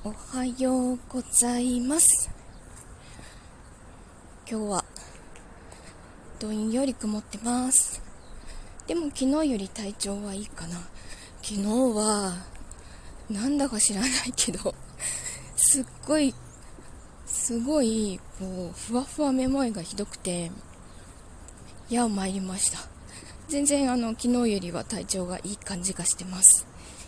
おはようございます。今日はどんより曇ってます。でも昨日より体調はいいかな。昨日はなんだか知らないけどすごいこうふわふわめまいがひどくて、参りました。全然昨日よりは体調がいい感じがしてます。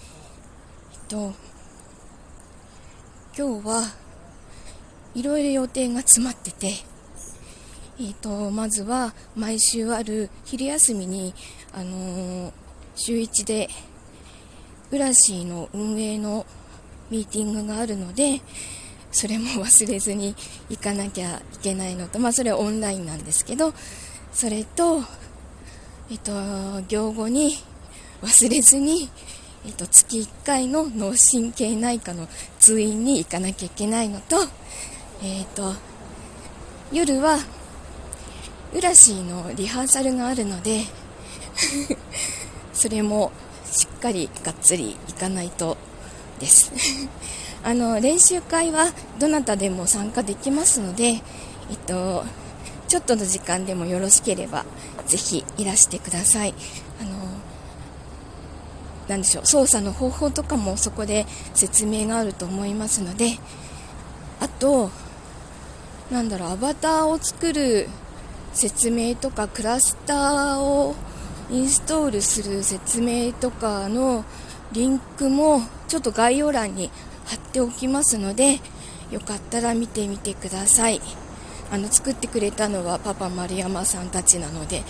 今日はいろいろ予定が詰まってて、まずは毎週ある昼休みに、週1でウラシーの運営のミーティングがあるので、それも忘れずに行かなきゃいけないのと、それはオンラインなんですけど、それと、業後に忘れずに、月1回の脳神経内科の通院に行かなきゃいけないのと、夜はウラシーのリハーサルがあるのでそれもしっかりがっつり行かないとです練習会はどなたでも参加できますので、ちょっとの時間でもよろしければぜひいらしてください。操作の方法とかもそこで説明があると思いますので、あとアバターを作る説明とかクラスターをインストールする説明とかのリンクもちょっと概要欄に貼っておきますので、よかったら見てみてください。作ってくれたのはパパ丸山さんたちなので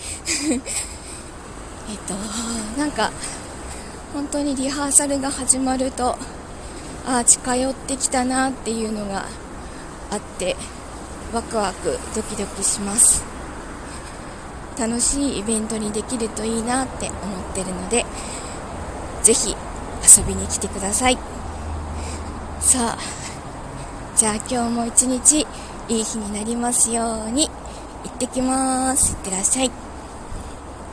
本当にリハーサルが始まると近寄ってきたなっていうのがあって、ワクワクドキドキします。楽しいイベントにできるといいなって思ってるので、ぜひ遊びに来てください。さあ、じゃあ今日も一日いい日になりますように。行ってきます。いってらっしゃい。